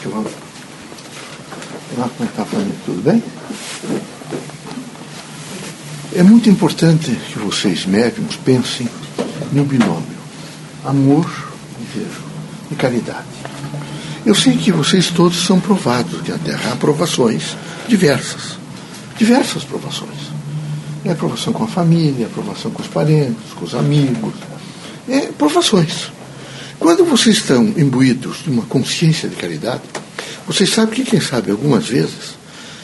que vamos. Como é que está falando? Tudo bem? É muito importante que vocês, médiums, pensem no binômio amor e caridade. Eu sei que vocês todos são provados aqui na Terra. Há provações diversas provações. É aprovação com a família, aprovação com os parentes, com os amigos. É provações. Quando vocês estão imbuídos de uma consciência de caridade, vocês sabem que, quem sabe, algumas vezes,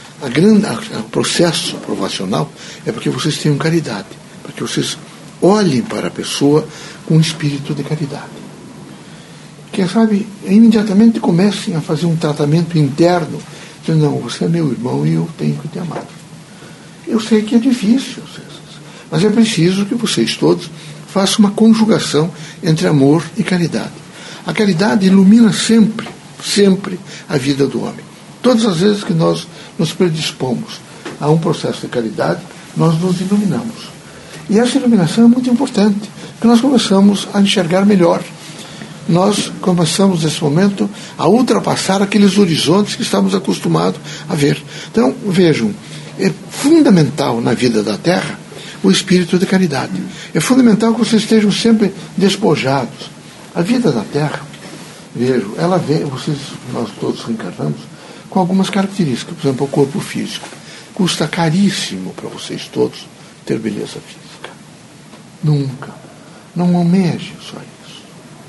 o processo provacional é porque vocês tenham caridade, para que vocês olhem para a pessoa com um espírito de caridade. Quem sabe, imediatamente comecem a fazer um tratamento interno, dizendo, não, você é meu irmão e eu tenho que te amar. Eu sei que é difícil, mas é preciso que vocês todos façam uma conjugação entre amor e caridade. A caridade ilumina sempre a vida do homem. Todas as vezes que nós nos predispomos a um processo de caridade, nós nos iluminamos. E essa iluminação é muito importante, porque nós começamos a enxergar melhor. Nós começamos, nesse momento, a ultrapassar aqueles horizontes que estamos acostumados a ver. Então, vejam, é fundamental na vida da Terra o espírito de caridade. É fundamental que vocês estejam sempre despojados. A vida da Terra, vejam, ela vem, nós todos reencarnamos com algumas características. Por exemplo, o corpo físico. Custa caríssimo para vocês todos ter beleza física. Nunca. Não almeje só isso.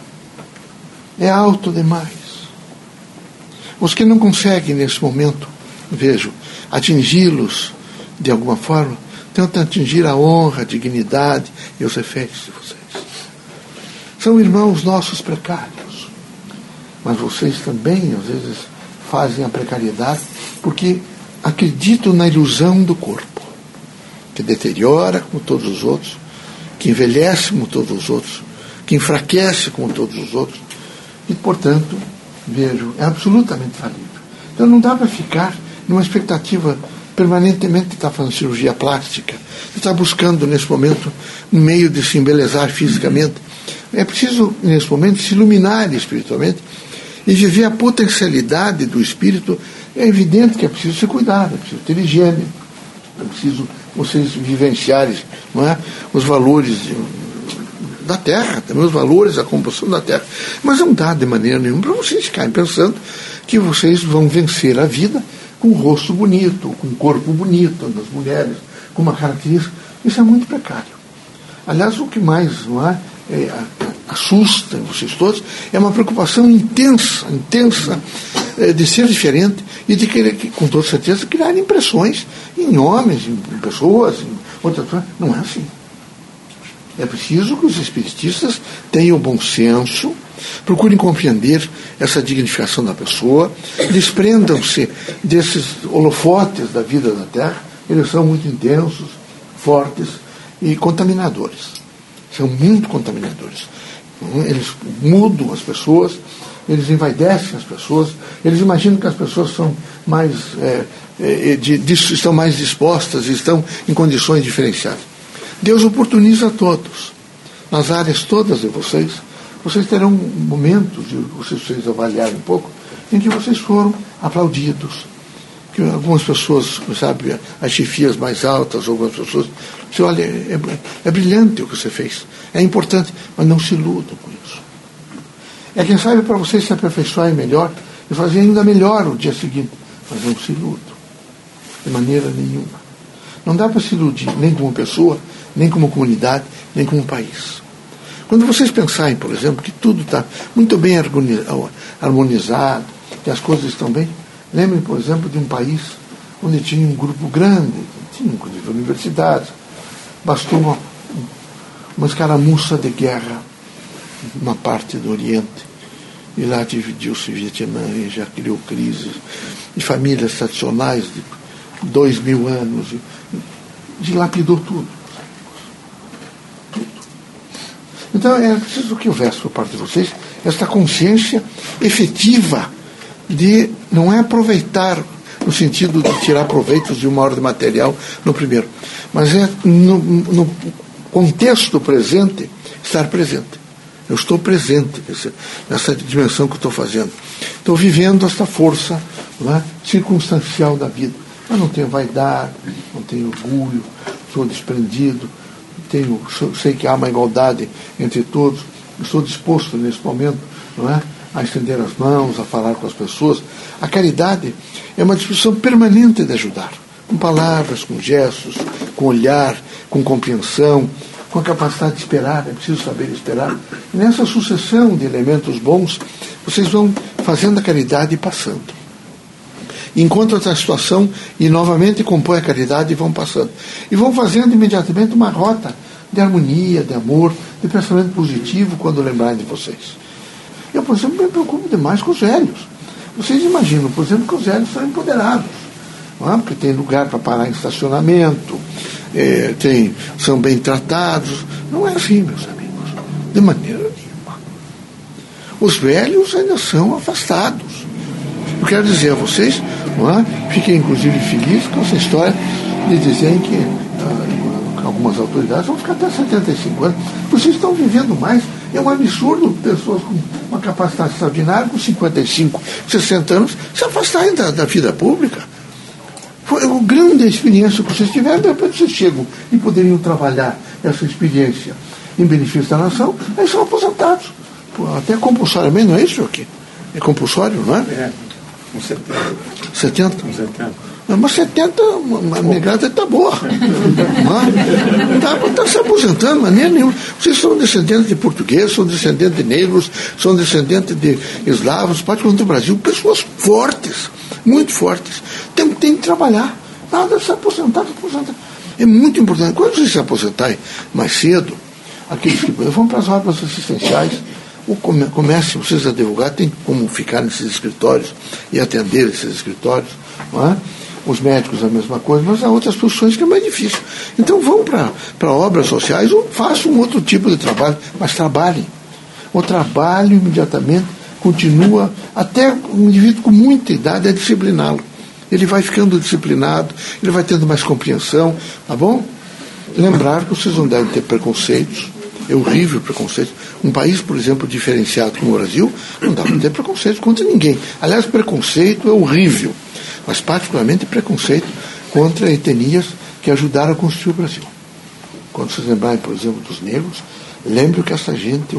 É alto demais. Os que não conseguem, nesse momento, vejam, atingi-los de alguma forma, tentam atingir a honra, a dignidade e os efeitos de vocês. São irmãos nossos precários. Mas vocês também, às vezes, fazem a precariedade porque acreditam na ilusão do corpo, que deteriora como todos os outros, que envelhece como todos os outros, que enfraquece como todos os outros, e, portanto, vejo, é absolutamente falível. Então não dá para ficar numa expectativa permanentemente de estar fazendo cirurgia plástica, de estar buscando, nesse momento, um meio de se embelezar fisicamente. É preciso, nesse momento, se iluminar espiritualmente e viver a potencialidade do espírito. É evidente que é preciso se cuidar, é preciso ter higiene, é preciso vocês vivenciarem, não é, os valores da Terra, também os valores da composição da Terra. Mas não dá de maneira nenhuma para vocês ficarem pensando que vocês vão vencer a vida com um rosto bonito, com um corpo bonito das mulheres, com uma característica. Isso é muito precário. Aliás, o que mais, não é, assusta vocês todos é uma preocupação intensa de ser diferente e de querer, com toda certeza, criar impressões em homens, em pessoas, em outras pessoas. Não é assim. É preciso que os espiritistas tenham bom senso, procurem compreender essa dignificação da pessoa, desprendam-se desses holofotes da vida da Terra. Eles são muito intensos, fortes e contaminadores. São muito contaminadores. Eles mudam as pessoas, eles envaidecem as pessoas, eles imaginam que as pessoas são mais, estão mais dispostas e estão em condições diferenciadas. Deus oportuniza a todos. Nas áreas todas de vocês, vocês terão momentos, de vocês avaliarem um pouco, em que vocês foram aplaudidos. Que algumas pessoas, sabe, as chefias mais altas, algumas pessoas, você olha, é brilhante o que você fez, é importante, mas não se iludam com isso. É quem sabe para vocês se aperfeiçoarem melhor e fazer ainda melhor o dia seguinte, mas não se iludam, de maneira nenhuma. Não dá para se iludir, nem como pessoa, nem como comunidade, nem como país. Quando vocês pensarem, por exemplo, que tudo está muito bem harmonizado, que as coisas estão bem, lembrem, por exemplo, de um país onde tinha um grupo grande, tinha inclusive universidades, bastou uma escaramuça de guerra numa parte do Oriente, e lá dividiu-se o Vietnã e já criou crises, e famílias tradicionais de 2000 anos, dilapidou tudo. Então é preciso que houvesse por parte de vocês esta consciência efetiva de não é aproveitar no sentido de tirar proveitos de uma ordem material no primeiro, mas é no contexto presente estar presente. Eu estou presente nessa dimensão que eu estou fazendo. Estou vivendo essa força, não é, circunstancial da vida. Mas não tenho vaidade, não tenho orgulho, sou desprendido, sei que há uma igualdade entre todos. Estou disposto nesse momento, não é, a estender as mãos, a falar com as pessoas. A caridade é uma disposição permanente de ajudar, com palavras, com gestos, com olhar, com compreensão, com a capacidade de esperar. É preciso saber esperar. E nessa sucessão de elementos bons, vocês vão fazendo a caridade e passando. Encontram essa situação e novamente compõem a caridade e vão passando. E vão fazendo imediatamente uma rota de harmonia, de amor, de pensamento positivo quando lembrarem de vocês. Eu, por exemplo, me preocupo demais com os velhos. Vocês imaginam, por exemplo, que os velhos são empoderados, não é? Porque tem lugar para parar em estacionamento, são bem tratados. Não é assim, meus amigos, de maneira nenhuma. Os velhos ainda são afastados. Eu quero dizer a vocês, não é? Fiquei inclusive feliz com essa história de dizerem que algumas autoridades vão ficar até 75 anos. Vocês estão vivendo mais. É um absurdo pessoas com uma capacidade extraordinária, com 55, 60 anos, se afastarem da vida pública. Foi uma grande experiência que vocês tiveram, depois vocês chegam e poderiam trabalhar essa experiência em benefício da nação, aí são aposentados. Até compulsoriamente, não é isso aqui? É compulsório, não é? É, com 70. 70? Com 70. Mas 70, a migrada está boa. Está se aposentando, de maneira nenhuma. Vocês são descendentes de portugueses, são descendentes de negros, são descendentes de eslavos, particularmente do Brasil, pessoas fortes, muito fortes. Tem que trabalhar. Nada de se aposentar, É muito importante. Quando vocês se aposentarem mais cedo, aqueles que vão para as obras assistenciais, comecem vocês a divulgar, tem como ficar nesses escritórios e atender esses escritórios, não é? Os médicos a mesma coisa, mas há outras profissões que é mais difícil. Então vão para obras sociais ou façam um outro tipo de trabalho, mas trabalhem. O trabalho imediatamente continua, até um indivíduo com muita idade é discipliná-lo. Ele vai ficando disciplinado, ele vai tendo mais compreensão, tá bom? Lembrar que vocês não devem ter preconceitos. É horrível preconceito. Um país, por exemplo, diferenciado como o Brasil, não dá para ter preconceito contra ninguém. Aliás, preconceito é horrível, mas particularmente preconceito contra etnias que ajudaram a construir o Brasil. Quando vocês lembrarem, por exemplo, dos negros, lembre que essa gente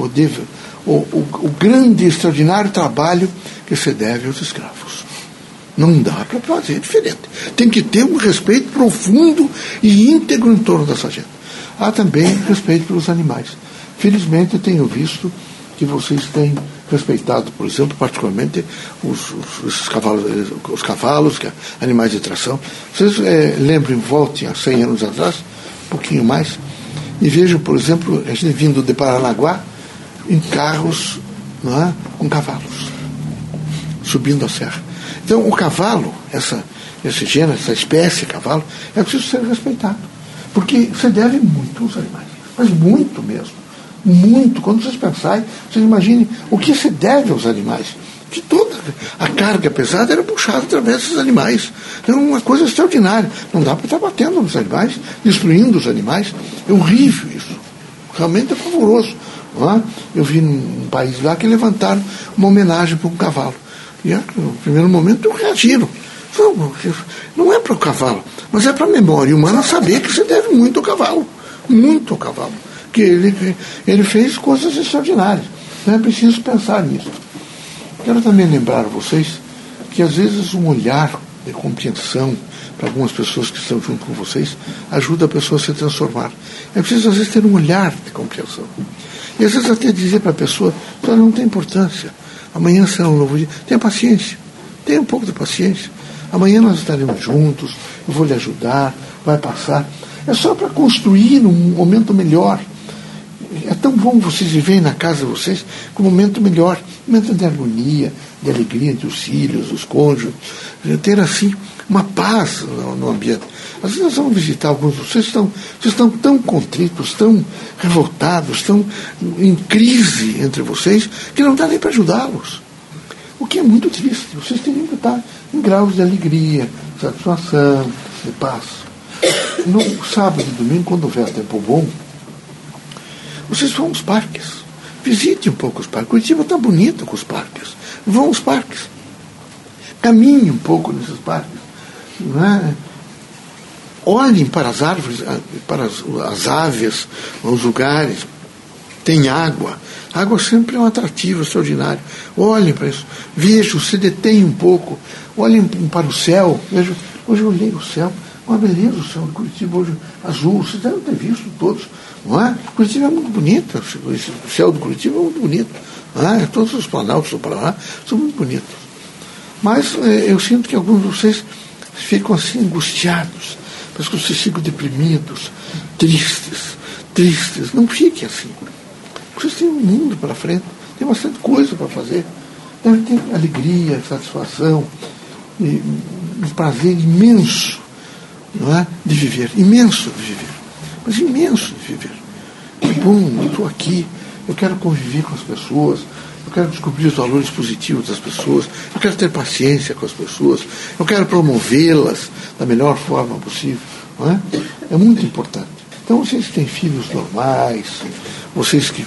o grande e extraordinário trabalho que se deve aos escravos. Não dá para fazer diferente. Tem que ter um respeito profundo e íntegro em torno dessa gente. Há também respeito pelos animais. Felizmente, eu tenho visto que vocês têm respeitado, por exemplo, particularmente os cavalos, que é animais de tração. Vocês lembrem, voltem a 100 anos atrás, um pouquinho mais, e vejam, por exemplo, a gente vindo de Paranaguá em carros, não é, com cavalos, subindo a serra. Então, o cavalo, esse gênero, essa espécie cavalo, é preciso ser respeitado. Porque você deve muito aos animais, mas muito mesmo. Muito. Quando vocês pensarem, vocês imaginem o que se deve aos animais. Que toda a carga pesada era puxada através desses animais. É uma coisa extraordinária. Não dá para estar batendo nos animais, destruindo os animais. É horrível isso. Realmente é pavoroso. Não é? Eu vi num país lá que levantaram uma homenagem para um cavalo. E no primeiro momento reagiram. Não é para o cavalo, mas é para a memória humana saber que se deve muito ao cavalo. Muito ao cavalo. Que ele fez coisas extraordinárias. Então é preciso pensar nisso. Quero também lembrar a vocês que às vezes um olhar de compreensão para algumas pessoas que estão junto com vocês ajuda a pessoa a se transformar. É preciso às vezes ter um olhar de compreensão. E às vezes até dizer para a pessoa, não tem importância. Amanhã será um novo dia. Tenha paciência. Tenha um pouco de paciência. Amanhã nós estaremos juntos, eu vou lhe ajudar, vai passar. É só para construir um momento melhor. É tão bom vocês viverem na casa de vocês com um momento melhor, um momento de harmonia, de alegria entre os filhos, os cônjuges, ter assim uma paz no ambiente. Às vezes nós vamos visitar alguns de vocês, vocês estão tão contritos, tão revoltados, tão em crise entre vocês, que não dá nem para ajudá-los. O que é muito triste. Vocês teriam que estar em graus de alegria, satisfação, de paz. No sábado e domingo, quando houver tempo bom, vocês vão aos parques. Visite um pouco os parques. Curitiba está bonita com os parques. Vão aos parques. Caminhe um pouco nesses parques. Não é? Olhem para as árvores, para as aves, os lugares. Tem água. A água sempre é um atrativo extraordinário. Olhem para isso. Vejam, se detêm um pouco. Olhem para o céu. Vejam, hoje eu olhei o céu. Uma beleza o céu de Curitiba hoje azul. Vocês devem ter visto todos. Não é? Curitiba é muito bonita. O céu de Curitiba é muito bonito. Não é? Todos os planaltos do Paraná são muito bonitos. Mas eu sinto que alguns de vocês ficam assim angustiados. Parece que vocês ficam deprimidos, tristes. Não fiquem assim. Vocês têm um mundo pela frente, tem bastante coisa para fazer. Devem ter alegria, satisfação, e um prazer imenso, não é? De viver, imenso de viver, mas imenso de viver. Que bom, eu estou aqui, eu quero conviver com as pessoas, eu quero descobrir os valores positivos das pessoas, eu quero ter paciência com as pessoas, eu quero promovê-las da melhor forma possível. Não é? É muito importante. Então, vocês que têm filhos normais, vocês que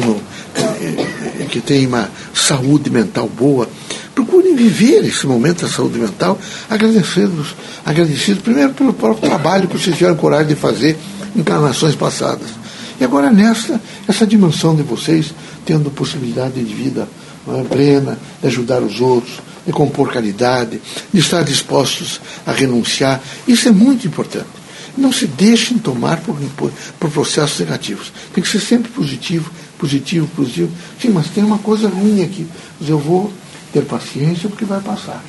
têm uma saúde mental boa, procurem viver esse momento da saúde mental agradecidos primeiro pelo próprio trabalho que vocês tiveram coragem de fazer em encarnações passadas. E agora essa dimensão de vocês tendo possibilidade de vida plena, de ajudar os outros, de compor caridade, de estar dispostos a renunciar. Isso é muito importante. Não se deixem tomar por processos negativos. Tem que ser sempre positivo. Sim, mas tem uma coisa ruim aqui. Mas eu vou ter paciência porque vai passar.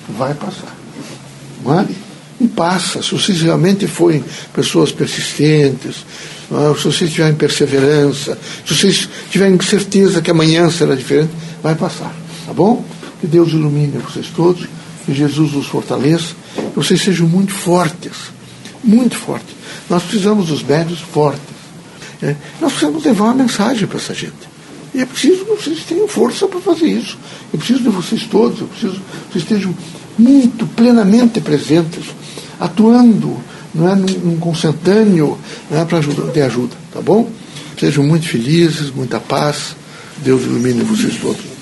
Não é? E passa. Se vocês realmente forem pessoas persistentes, se vocês tiverem perseverança, se vocês tiverem certeza que amanhã será diferente, vai passar. Tá bom? Que Deus ilumine vocês todos, que Jesus os fortaleça, que vocês sejam muito fortes. Muito fortes. Nós precisamos dos médios fortes. Nós precisamos levar uma mensagem para essa gente. E é preciso que vocês tenham força para fazer isso. Eu preciso de vocês todos, eu preciso que vocês estejam muito plenamente presentes, atuando, não é, num consentâneo, não é, para ter ajuda, tá bom? Sejam muito felizes, muita paz. Deus ilumine vocês todos.